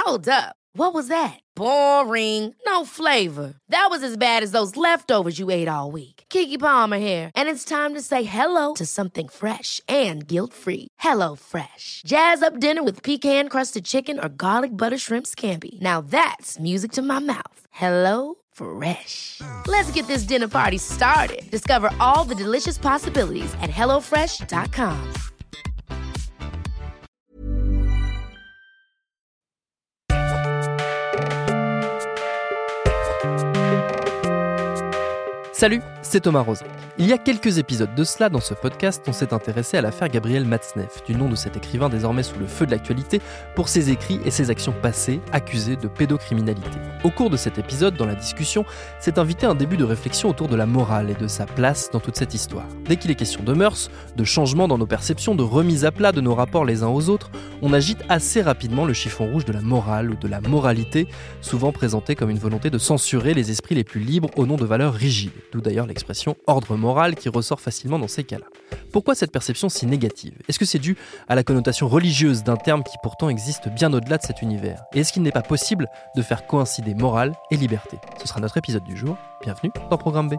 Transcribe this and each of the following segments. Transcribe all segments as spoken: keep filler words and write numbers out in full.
Hold up. What was that? Boring. No flavor. That was as bad as those leftovers you ate all week. Keke Palmer here, and it's time to say hello to something fresh and guilt-free. Hello Fresh. Jazz up dinner with pecan-crusted chicken or garlic butter shrimp scampi. Now that's music to my mouth. Hello Fresh. Let's get this dinner party started. Discover all the delicious possibilities at hello fresh dot com. Salut, c'est Thomas Rozek. Il y a quelques épisodes de cela, dans ce podcast, on s'est intéressé à l'affaire Gabriel Matzneff, du nom de cet écrivain désormais sous le feu de l'actualité pour ses écrits et ses actions passées accusées de pédocriminalité. Au cours de cet épisode, dans la discussion, s'est invité un début de réflexion autour de la morale et de sa place dans toute cette histoire. Dès qu'il est question de mœurs, de changements dans nos perceptions, de remise à plat de nos rapports les uns aux autres, on agite assez rapidement le chiffon rouge de la morale ou de la moralité, souvent présenté comme une volonté de censurer les esprits les plus libres au nom de valeurs rigides. D'où d'ailleurs l'expression « ordre moral » qui ressort facilement dans ces cas-là. Pourquoi cette perception si négative ? Est-ce que c'est dû à la connotation religieuse d'un terme qui pourtant existe bien au-delà de cet univers ? Et est-ce qu'il n'est pas possible de faire coïncider morale et liberté ? Ce sera notre épisode du jour. Bienvenue dans Programme B.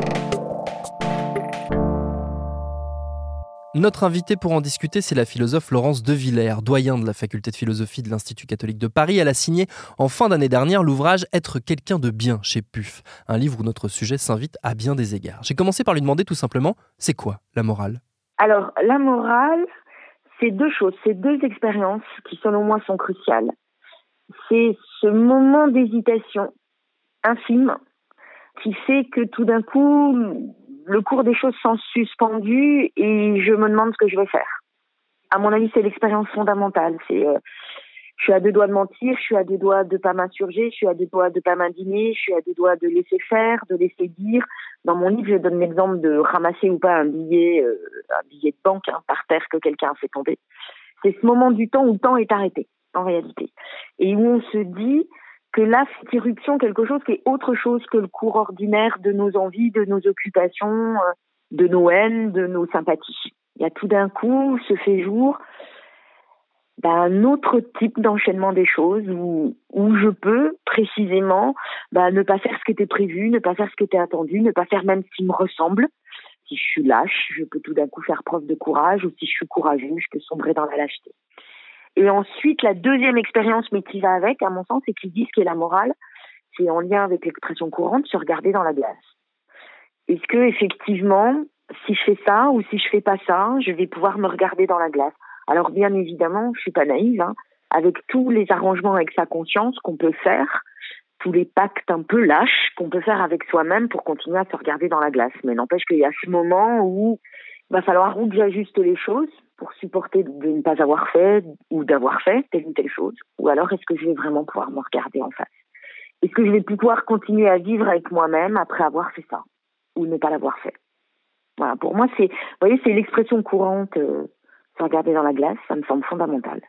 Notre invité pour en discuter, c'est la philosophe Laurence De Villers, doyen de la faculté de philosophie de l'Institut catholique de Paris. Elle a signé en fin d'année dernière l'ouvrage « Être quelqu'un de bien » chez P U F, un livre où notre sujet s'invite à bien des égards. J'ai commencé par lui demander tout simplement, c'est quoi la morale ? Alors, la morale, c'est deux choses, c'est deux expériences qui, selon moi, sont cruciales. C'est ce moment d'hésitation infime qui fait que tout d'un coup, le cours des choses s'en suspendu et je me demande ce que je vais faire. À mon avis, c'est l'expérience fondamentale. C'est, euh, je suis à deux doigts de mentir, je suis à deux doigts de pas m'insurger, je suis à deux doigts de pas m'indigner, je suis à deux doigts de laisser faire, de laisser dire. Dans mon livre, je donne l'exemple de ramasser ou pas un billet, euh, un billet de banque hein, par terre que quelqu'un a fait tomber. C'est ce moment du temps où le temps est arrêté, en réalité. Et où on se dit que là, fait irruption quelque chose qui est autre chose que le cours ordinaire de nos envies, de nos occupations, de nos haines, de nos sympathies. Il y a tout d'un coup, se fait jour ben, un autre type d'enchaînement des choses où, où je peux précisément ben, ne pas faire ce qui était prévu, ne pas faire ce qui était attendu, ne pas faire même ce qui me ressemble. Si je suis lâche, je peux tout d'un coup faire preuve de courage, ou si je suis courageux, je peux sombrer dans la lâcheté. Et ensuite, la deuxième expérience, mais qui va avec, à mon sens, c'est qu'ils disent ce qu'est la morale, c'est en lien avec l'expression courante, se regarder dans la glace. Est-ce que, effectivement, si je fais ça ou si je fais pas ça, je vais pouvoir me regarder dans la glace ? Alors, bien évidemment, je suis pas naïve, hein, avec tous les arrangements avec sa conscience qu'on peut faire, tous les pactes un peu lâches qu'on peut faire avec soi-même pour continuer à se regarder dans la glace. Mais n'empêche qu'il y a ce moment où il va falloir ou que j'ajuste les choses pour supporter de ne pas avoir fait ou d'avoir fait telle ou telle chose. Ou alors, est-ce que je vais vraiment pouvoir me regarder en face ? Est-ce que je vais pouvoir continuer à vivre avec moi-même après avoir fait ça ou ne pas l'avoir fait ? Voilà, pour moi, c'est, vous voyez, c'est l'expression courante, euh, se regarder dans la glace, ça me semble fondamental.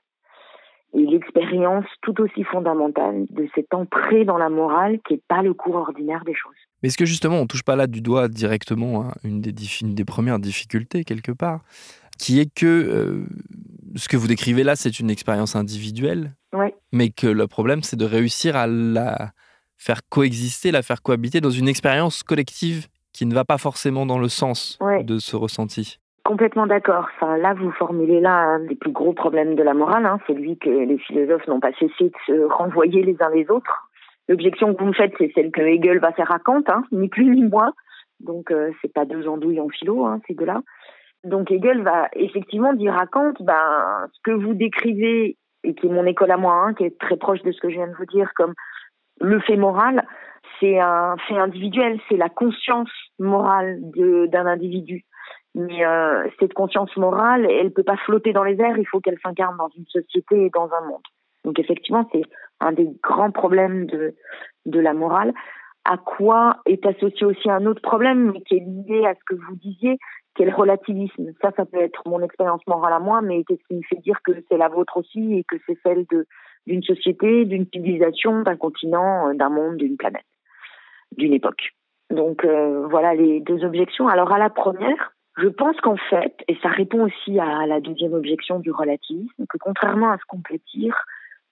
Et l'expérience tout aussi fondamentale de cette entrée dans la morale qui n'est pas le cours ordinaire des choses. Mais est-ce que justement, on ne touche pas là du doigt directement hein, une, des dif- une des premières difficultés, quelque part, qui est que euh, ce que vous décrivez là, c'est une expérience individuelle, ouais. mais que le problème, c'est de réussir à la faire coexister, la faire cohabiter dans une expérience collective qui ne va pas forcément dans le sens ouais. de ce ressenti. Complètement d'accord. Enfin, là, vous formulez là un des plus gros problèmes de la morale, hein, celui que les philosophes n'ont pas cessé de se renvoyer les uns les autres. L'objection que vous me faites, c'est celle que Hegel va faire à Kant, hein, ni plus ni moins. Donc, euh, c'est pas deux andouilles en philo, hein, ces deux-là. Donc, Hegel va effectivement dire à Kant, ben, ce que vous décrivez, et qui est mon école à moi, hein, qui est très proche de ce que je viens de vous dire, comme le fait moral, c'est un fait individuel, c'est la conscience morale de, d'un individu. Mais euh, cette conscience morale, elle peut pas flotter dans les airs, il faut qu'elle s'incarne dans une société et dans un monde. Donc effectivement, c'est un des grands problèmes de, de la morale, à quoi est associé aussi un autre problème, mais qui est lié à ce que vous disiez, qui est le relativisme. Ça, ça peut être mon expérience morale à moi, mais qu'est-ce qui me fait dire que c'est la vôtre aussi et que c'est celle de, d'une société, d'une civilisation, d'un continent, d'un monde, d'une planète, d'une époque. Donc euh, voilà les deux objections. Alors à la première, je pense qu'en fait, et ça répond aussi à la deuxième objection du relativisme, que contrairement à ce qu'on peut dire,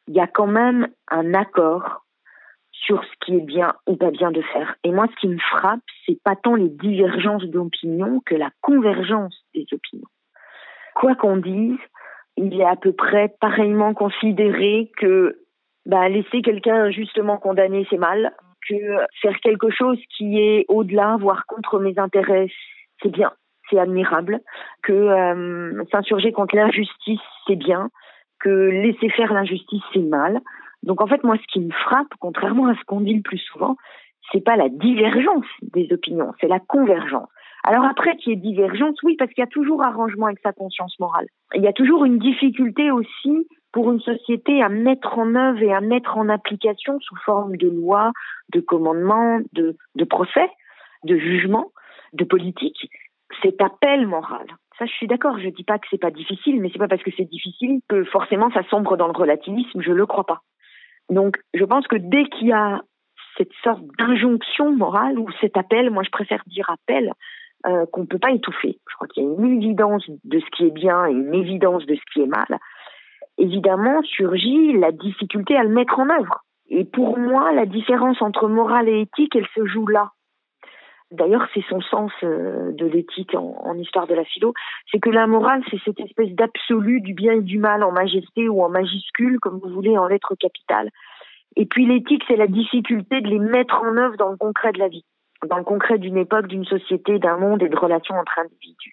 il y a quand même un accord sur ce qui est bien ou pas bien de faire. Et moi, ce qui me frappe, c'est pas tant les divergences d'opinion que la convergence des opinions. Quoi qu'on dise, il est à peu près pareillement considéré que bah, laisser quelqu'un injustement condamné, c'est mal, que faire quelque chose qui est au-delà, voire contre mes intérêts, c'est bien, c'est admirable, que euh, s'insurger contre l'injustice, c'est bien, que laisser faire l'injustice, c'est mal. Donc en fait, moi, ce qui me frappe, contrairement à ce qu'on dit le plus souvent, c'est pas la divergence des opinions, c'est la convergence. Alors après, qu'il y ait divergence, oui, parce qu'il y a toujours arrangement avec sa conscience morale. Il y a toujours une difficulté aussi pour une société à mettre en œuvre et à mettre en application sous forme de loi, de commandement, de, de procès, de jugement, de politique, cet appel moral. Ça, je suis d'accord, je dis pas que c'est pas difficile, mais c'est pas parce que c'est difficile que forcément ça sombre dans le relativisme, je le crois pas. Donc, je pense que dès qu'il y a cette sorte d'injonction morale ou cet appel, moi je préfère dire appel, euh, qu'on ne peut pas étouffer. Je crois qu'il y a une évidence de ce qui est bien et une évidence de ce qui est mal. Évidemment, surgit la difficulté à le mettre en œuvre. Et pour moi, la différence entre morale et éthique, elle se joue là. D'ailleurs, c'est son sens euh, de l'éthique en, en histoire de la philo, c'est que la morale, c'est cette espèce d'absolu du bien et du mal en majesté ou en majuscule, comme vous voulez, en lettres capitales. Et puis l'éthique, c'est la difficulté de les mettre en œuvre dans le concret de la vie, dans le concret d'une époque, d'une société, d'un monde et de relations entre individus.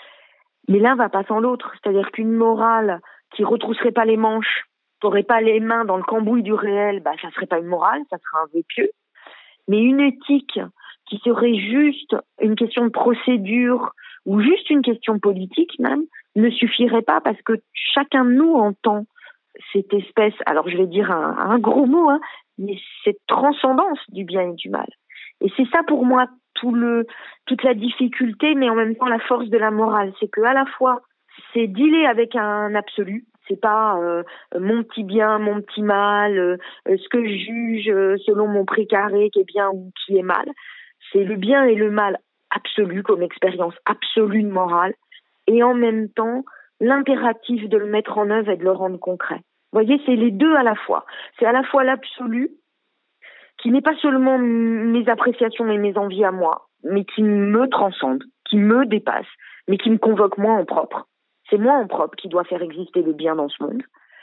Mais l'un va pas sans l'autre, c'est-à-dire qu'une morale qui retrousserait pas les manches, n'aurait pas les mains dans le cambouis du réel, bah ça serait pas une morale, ça serait un vœu pieux. Mais une éthique qui serait juste une question de procédure ou juste une question politique même, ne suffirait pas parce que chacun de nous entend cette espèce, alors je vais dire un, un gros mot, hein, mais cette transcendance du bien et du mal. Et c'est ça pour moi tout le, toute la difficulté, mais en même temps la force de la morale, c'est que à la fois c'est dealer avec un absolu, c'est pas euh, mon petit bien, mon petit mal, euh, ce que je juge euh, selon mon précaré qui est bien ou qui est mal. C'est le bien et le mal absolu comme expérience absolue de morale, et en même temps l'impératif de le mettre en œuvre et de le rendre concret. Vous voyez, c'est les deux à la fois. C'est à la fois l'absolu, qui n'est pas seulement mes appréciations et mes envies à moi, mais qui me transcende, qui me dépasse, mais qui me convoque moi en propre. C'est moi en propre qui dois faire exister le bien dans ce monde.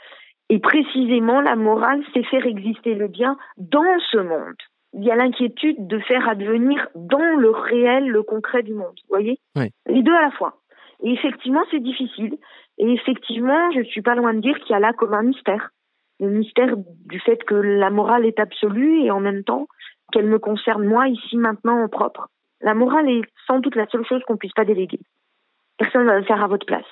Et précisément, la morale, c'est faire exister le bien dans ce monde. Il y a l'inquiétude de faire advenir dans le réel, le concret du monde. Vous voyez ? Oui. Les deux à la fois. Et effectivement, c'est difficile. Et effectivement, je suis pas loin de dire qu'il y a là comme un mystère. Le mystère du fait que la morale est absolue et en même temps qu'elle me concerne moi, ici, maintenant, en propre. La morale est sans doute la seule chose qu'on puisse pas déléguer. Personne ne va le faire à votre place.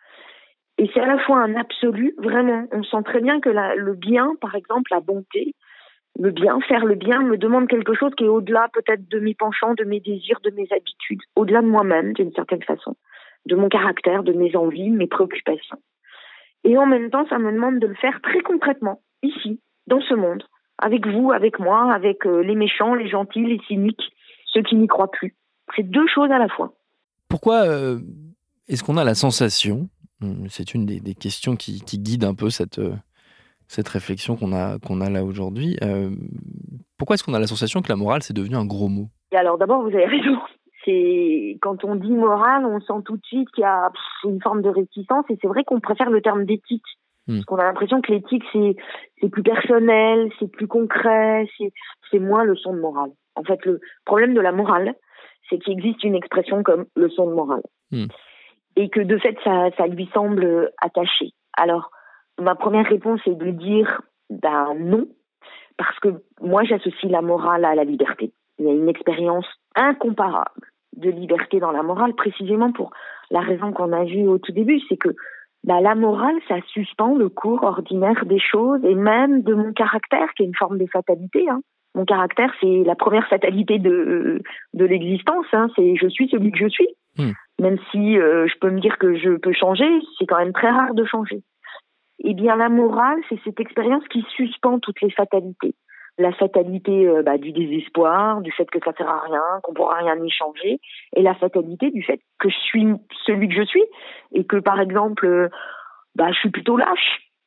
Et c'est à la fois un absolu, vraiment. On sent très bien que la, le bien, par exemple, la bonté, le bien, faire le bien, me demande quelque chose qui est au-delà peut-être de mes penchants, de mes désirs, de mes habitudes, au-delà de moi-même, d'une certaine façon, de mon caractère, de mes envies, mes préoccupations. Et en même temps, ça me demande de le faire très concrètement, ici, dans ce monde, avec vous, avec moi, avec euh, les méchants, les gentils, les cyniques, ceux qui n'y croient plus. C'est deux choses à la fois. Pourquoi euh, est-ce qu'on a la sensation, c'est une des, des questions qui, qui guide un peu cette, euh, cette réflexion qu'on a, qu'on a là aujourd'hui, euh, pourquoi est-ce qu'on a la sensation que la morale, c'est devenu un gros mot ? Et alors d'abord, vous avez raison. C'est, quand on dit morale, on sent tout de suite qu'il y a pff, une forme de réticence, et c'est vrai qu'on préfère le terme d'éthique. Mmh. Parce qu'on a l'impression que l'éthique, c'est, c'est plus personnel, c'est plus concret, c'est, c'est moins leçon de morale. En fait, le problème de la morale, c'est qu'il existe une expression comme leçon de morale. Mmh. Et que de fait, ça, ça lui semble attaché. Alors, ma première réponse est de dire ben non, parce que moi, j'associe la morale à la liberté. Il y a une expérience incomparable de liberté dans la morale, précisément pour la raison qu'on a vue au tout début, c'est que bah, la morale, ça suspend le cours ordinaire des choses et même de mon caractère, qui est une forme de fatalité. Hein. Mon caractère, c'est la première fatalité de, de l'existence, hein. C'est je suis celui que je suis. Mmh. Même si euh, je peux me dire que je peux changer, c'est quand même très rare de changer. Eh bien, la morale, c'est cette expérience qui suspend toutes les fatalités. La fatalité euh, bah, du désespoir, du fait que ça sert à rien, qu'on pourra rien y changer, et la fatalité du fait que je suis celui que je suis, et que, par exemple, euh, bah, je suis plutôt lâche,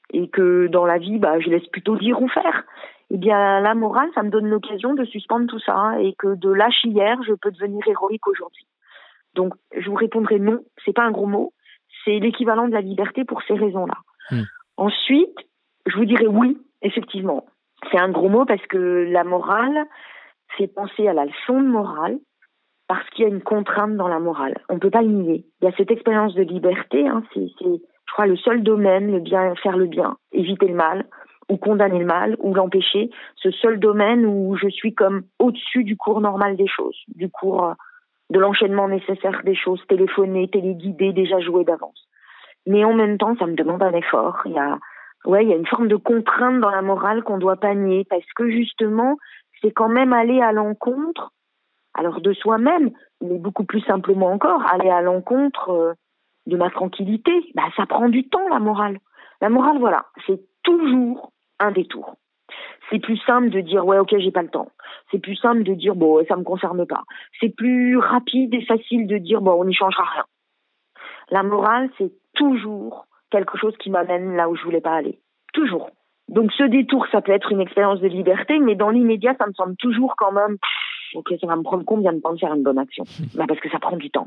et que dans la vie, bah, je laisse plutôt dire ou faire. Eh bien, la morale, ça me donne l'occasion de suspendre tout ça, hein, et que de lâche hier, je peux devenir héroïque aujourd'hui. Donc, je vous répondrai non, c'est pas un gros mot, c'est l'équivalent de la liberté pour ces raisons-là. Mmh. Ensuite, je vous dirais oui, effectivement. C'est un gros mot parce que la morale fait penser à la leçon de morale, parce qu'il y a une contrainte dans la morale. On ne peut pas le nier. Il y a cette expérience de liberté, hein, c'est, c'est, je crois, le seul domaine, le bien, faire le bien, éviter le mal, ou condamner le mal, ou l'empêcher, ce seul domaine où je suis comme au-dessus du cours normal des choses, du cours de l'enchaînement nécessaire des choses, téléphoner, téléguider, déjà joué d'avance. Mais en même temps, ça me demande un effort. Il y a, ouais, il y a une forme de contrainte dans la morale qu'on ne doit pas nier, parce que justement, c'est quand même aller à l'encontre, alors de soi-même, mais beaucoup plus simplement encore, aller à l'encontre euh, de ma tranquillité. Bah, ça prend du temps, la morale. La morale, voilà, c'est toujours un détour. C'est plus simple de dire, ouais, ok, j'ai pas le temps. C'est plus simple de dire, bon, ça me concerne pas. C'est plus rapide et facile de dire, bon, on n'y changera rien. La morale, c'est toujours quelque chose qui m'amène là où je voulais pas aller. Toujours. Donc ce détour, ça peut être une expérience de liberté, mais dans l'immédiat, ça me semble toujours quand même, pff, ok, ça va me prendre combien de temps de faire une bonne action? Bah, parce que ça prend du temps.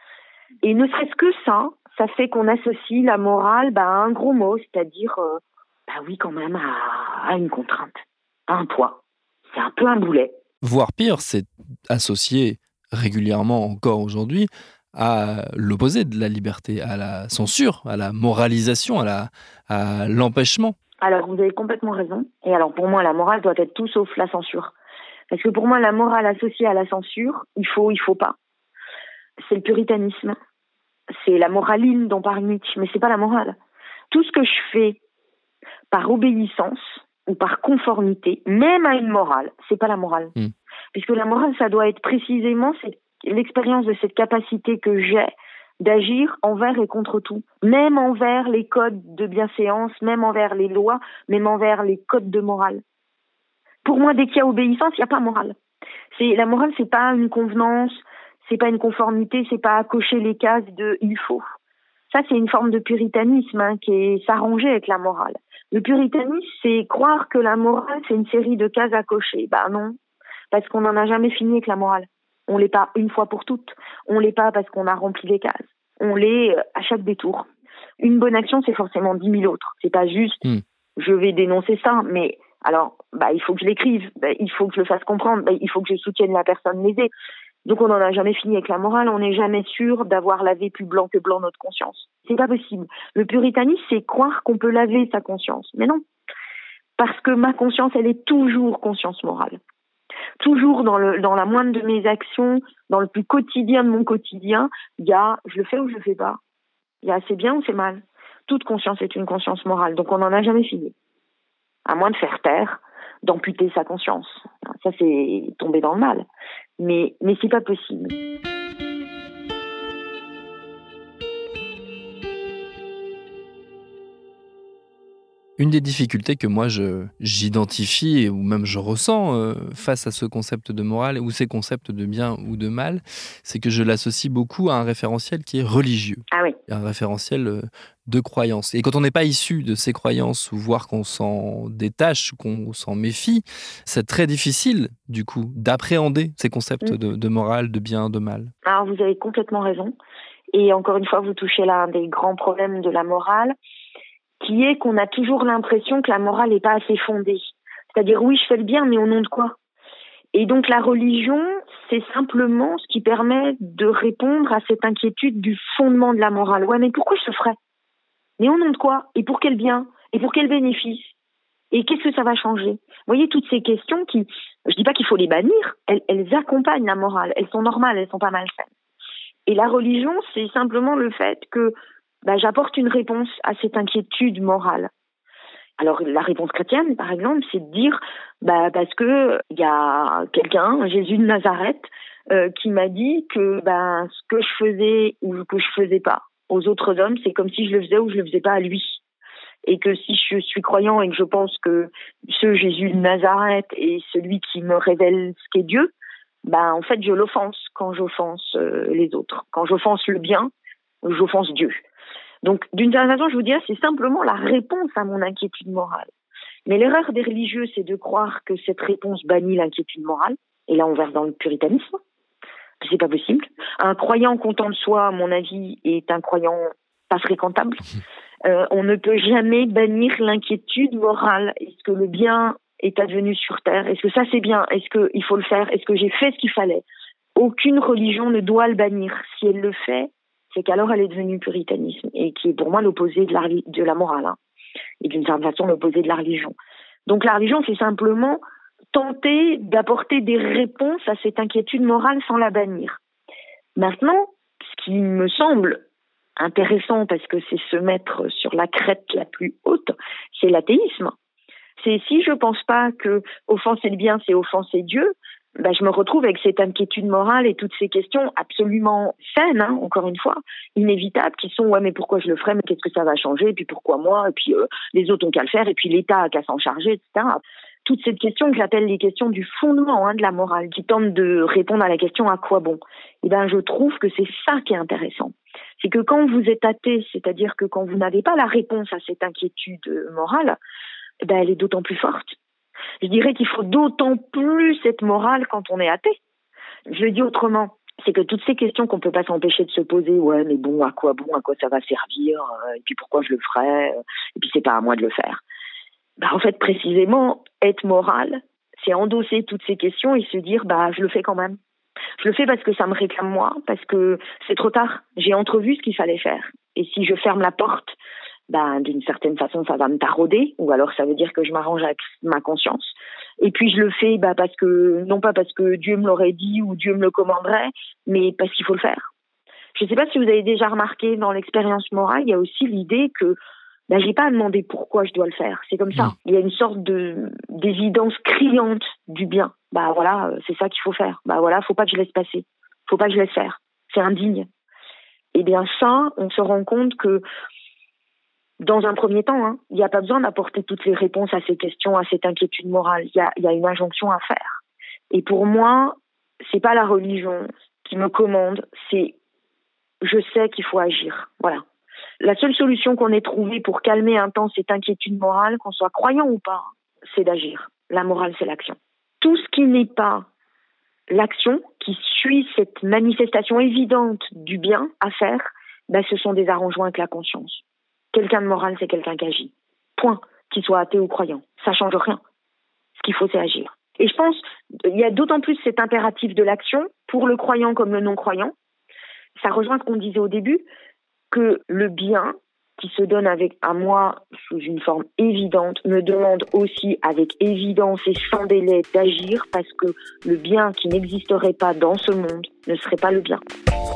Et ne serait-ce que ça, ça fait qu'on associe la morale bah, à un gros mot, c'est-à-dire, euh, bah oui, quand même, à, à une contrainte, à un poids. C'est un peu un boulet. Voire pire, c'est associé régulièrement encore aujourd'hui à l'opposé de la liberté, à la censure, à la moralisation, à, la, à l'empêchement. Alors, vous avez complètement raison. Et alors, pour moi, la morale doit être tout sauf la censure. Parce que pour moi, la morale associée à la censure, il faut, il faut pas. C'est le puritanisme. C'est la moraline dont parle Nietzsche, mais c'est pas la morale. Tout ce que je fais par obéissance ou par conformité, même à une morale, c'est pas la morale. Mmh. Puisque la morale, ça doit être précisément c'est l'expérience de cette capacité que j'ai d'agir envers et contre tout, même envers les codes de bienséance, même envers les lois, même envers les codes de morale. Pour moi, dès qu'il y a obéissance, il n'y a pas morale. C'est, la morale, c'est pas une convenance, c'est pas une conformité, c'est pas cocher les cases de « il faut ». Ça, c'est une forme de puritanisme hein, qui est s'arranger avec la morale. Le puritanisme, c'est croire que la morale, c'est une série de cases à cocher. Bah non, parce qu'on n'en a jamais fini avec la morale. On l'est pas une fois pour toutes. On l'est pas parce qu'on a rempli les cases. On l'est à chaque détour. Une bonne action, c'est forcément dix mille autres. C'est pas juste, mmh. je vais dénoncer ça, mais alors, bah, il faut que je l'écrive, bah, il faut que je le fasse comprendre, bah, il faut que je soutienne la personne lésée. Donc, on n'en a jamais fini avec la morale. On n'est jamais sûr d'avoir lavé plus blanc que blanc notre conscience. C'est pas possible. Le puritanisme, c'est croire qu'on peut laver sa conscience. Mais non. Parce que ma conscience, elle est toujours conscience morale. Toujours dans le dans la moindre de mes actions, dans le plus quotidien de mon quotidien, il y a je le fais ou je le fais pas. Il y a c'est bien ou c'est mal. Toute conscience est une conscience morale, donc on n'en a jamais fini. À moins de faire taire, d'amputer sa conscience. Ça c'est tomber dans le mal. Mais mais c'est pas possible. Une des difficultés que moi je, j'identifie ou même je ressens euh, face à ce concept de morale ou ces concepts de bien ou de mal, c'est que je l'associe beaucoup à un référentiel qui est religieux. Ah oui. Un référentiel euh, de croyances. Et quand on n'est pas issu de ces croyances ou voire qu'on s'en détache, qu'on s'en méfie, c'est très difficile du coup d'appréhender ces concepts mmh. de, de morale, de bien, de mal. Alors vous avez complètement raison. Et encore une fois, vous touchez là un des grands problèmes de la morale, qui est qu'on a toujours l'impression que la morale n'est pas assez fondée. C'est-à-dire, oui, je fais le bien, mais au nom de quoi? Et donc, la religion, c'est simplement ce qui permet de répondre à cette inquiétude du fondement de la morale. Ouais, mais pourquoi je le ferais? Mais au nom de quoi? Et pour quel bien? Et pour quel bénéfice? Et qu'est-ce que ça va changer? Vous voyez, toutes ces questions qui, je dis pas qu'il faut les bannir, elles, elles accompagnent la morale. Elles sont normales, elles sont pas malsaines. Et la religion, c'est simplement le fait que bah, j'apporte une réponse à cette inquiétude morale. Alors, la réponse chrétienne, par exemple, c'est de dire, bah, parce que il y a quelqu'un, Jésus de Nazareth, euh, qui m'a dit que, bah, ce que je faisais ou que je faisais pas aux autres hommes, c'est comme si je le faisais ou je le faisais pas à lui. Et que si je suis croyant et que je pense que ce Jésus de Nazareth est celui qui me révèle ce qu'est Dieu, bah, en fait, je l'offense quand j'offense euh, les autres. Quand j'offense le bien, j'offense Dieu. Donc, d'une certaine façon, je vous dirais, c'est simplement la réponse à mon inquiétude morale. Mais l'erreur des religieux, c'est de croire que cette réponse bannit l'inquiétude morale. Et là, on verse dans le puritanisme. C'est pas possible. Un croyant content de soi, à mon avis, est un croyant pas fréquentable. Euh, on ne peut jamais bannir l'inquiétude morale. Est-ce que le bien est advenu sur terre? Est-ce que ça c'est bien? Est-ce qu'il faut le faire? Est-ce que j'ai fait ce qu'il fallait? Aucune religion ne doit le bannir. Si elle le fait, c'est qu'alors elle est devenue puritanisme, et qui est pour moi l'opposé de la, de la morale, hein, et d'une certaine façon l'opposé de la religion. Donc la religion, c'est simplement tenter d'apporter des réponses à cette inquiétude morale sans la bannir. Maintenant, ce qui me semble intéressant, parce que c'est se mettre sur la crête la plus haute, c'est l'athéisme. C'est si je pense pas que offenser le bien, c'est offenser Dieu, ben je me retrouve avec cette inquiétude morale et toutes ces questions absolument saines, hein, encore une fois, inévitables, qui sont « ouais, mais pourquoi je le ferais, mais qu'est-ce que ça va changer, et puis pourquoi moi, et puis euh, les autres ont qu'à le faire, et puis l'État a qu'à s'en charger, et cetera » Toutes ces questions que j'appelle les questions du fondement, hein, de la morale, qui tentent de répondre à la question « à quoi bon ?» Eh ben, je trouve que c'est ça qui est intéressant. C'est que quand vous êtes athée, c'est-à-dire que quand vous n'avez pas la réponse à cette inquiétude morale, eh ben, elle est d'autant plus forte. Je dirais qu'il faut d'autant plus être morale quand on est athée. Je le dis autrement, c'est que toutes ces questions qu'on peut pas s'empêcher de se poser, ouais, mais bon, à quoi bon, à quoi ça va servir, et puis pourquoi je le ferais, et puis c'est pas à moi de le faire. Bah, en fait, précisément, être moral, c'est endosser toutes ces questions et se dire, bah, je le fais quand même. Je le fais parce que ça me réclame moi, parce que c'est trop tard. J'ai entrevu ce qu'il fallait faire. Et si je ferme la porte, bah, d'une certaine façon, ça va me tarauder, ou alors ça veut dire que je m'arrange avec ma conscience. Et puis je le fais, bah, parce que, non pas parce que Dieu me l'aurait dit ou Dieu me le commanderait, mais parce qu'il faut le faire. Je ne sais pas si vous avez déjà remarqué dans l'expérience morale, il y a aussi l'idée que ben, j'ai pas à demander pourquoi je dois le faire. C'est comme ça. Mmh. Il y a une sorte de d'évidence criante du bien. Bah voilà, c'est ça qu'il faut faire. Bah voilà, faut pas que je laisse passer. Faut pas que je laisse faire. C'est indigne. Eh bien ça, on se rend compte que dans un premier temps, hein, il n'y a pas besoin d'apporter toutes les réponses à ces questions, à cette inquiétude morale. Il y a, il y a une injonction à faire. Et pour moi, c'est pas la religion qui me commande, c'est je sais qu'il faut agir. Voilà. La seule solution qu'on ait trouvée pour calmer un temps cette inquiétude morale, qu'on soit croyant ou pas, c'est d'agir. La morale, c'est l'action. Tout ce qui n'est pas l'action, qui suit cette manifestation évidente du bien à faire, ben, ce sont des arrangements avec la conscience. Quelqu'un de moral, c'est quelqu'un qui agit. Point. Qu'il soit athée ou croyant. Ça change rien. Ce qu'il faut, c'est agir. Et je pense, il y a d'autant plus cet impératif de l'action, pour le croyant comme le non-croyant. Ça rejoint ce qu'on disait au début, que le bien qui se donne avec à moi sous une forme évidente me demande aussi avec évidence et sans délai d'agir, parce que le bien qui n'existerait pas dans ce monde ne serait pas le bien.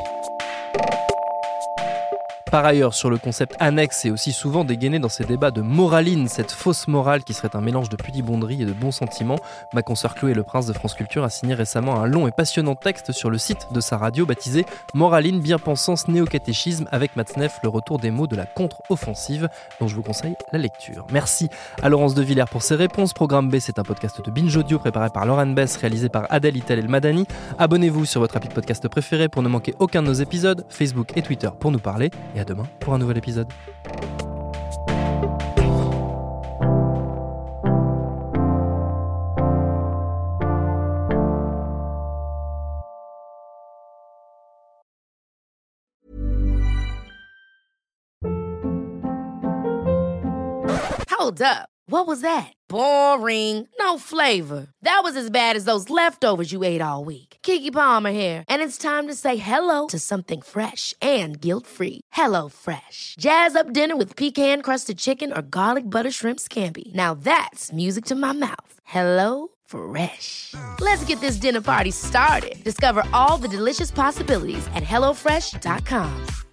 Par ailleurs, sur le concept annexe et aussi souvent dégainé dans ces débats de moraline, cette fausse morale qui serait un mélange de pudibonderie et de bons sentiments, ma consoeur Chloé Le Prince de France Culture a signé récemment un long et passionnant texte sur le site de sa radio baptisé « Moraline, bien-pensance, néo-catéchisme » avec Matzneff, le retour des mots de la contre-offensive, dont je vous conseille la lecture. Merci à Laurence de Villers pour ses réponses. Programme B, c'est un podcast de Binge Audio préparé par Lauren Bess, réalisé par Adèle Itel El Madani. Abonnez-vous sur votre appli de podcast préféré pour ne manquer aucun de nos épisodes, Facebook et Twitter pour nous parler, et à demain pour un nouvel épisode. Hold up. What was that? Boring. No flavor. That was as bad as those leftovers you ate all week. Keke Palmer here, and it's time to say hello to something fresh and guilt-free. Hello Fresh. Jazz up dinner with pecan-crusted chicken or garlic butter shrimp scampi. Now that's music to my mouth. Hello Fresh. Let's get this dinner party started. Discover all the delicious possibilities at hello fresh dot com.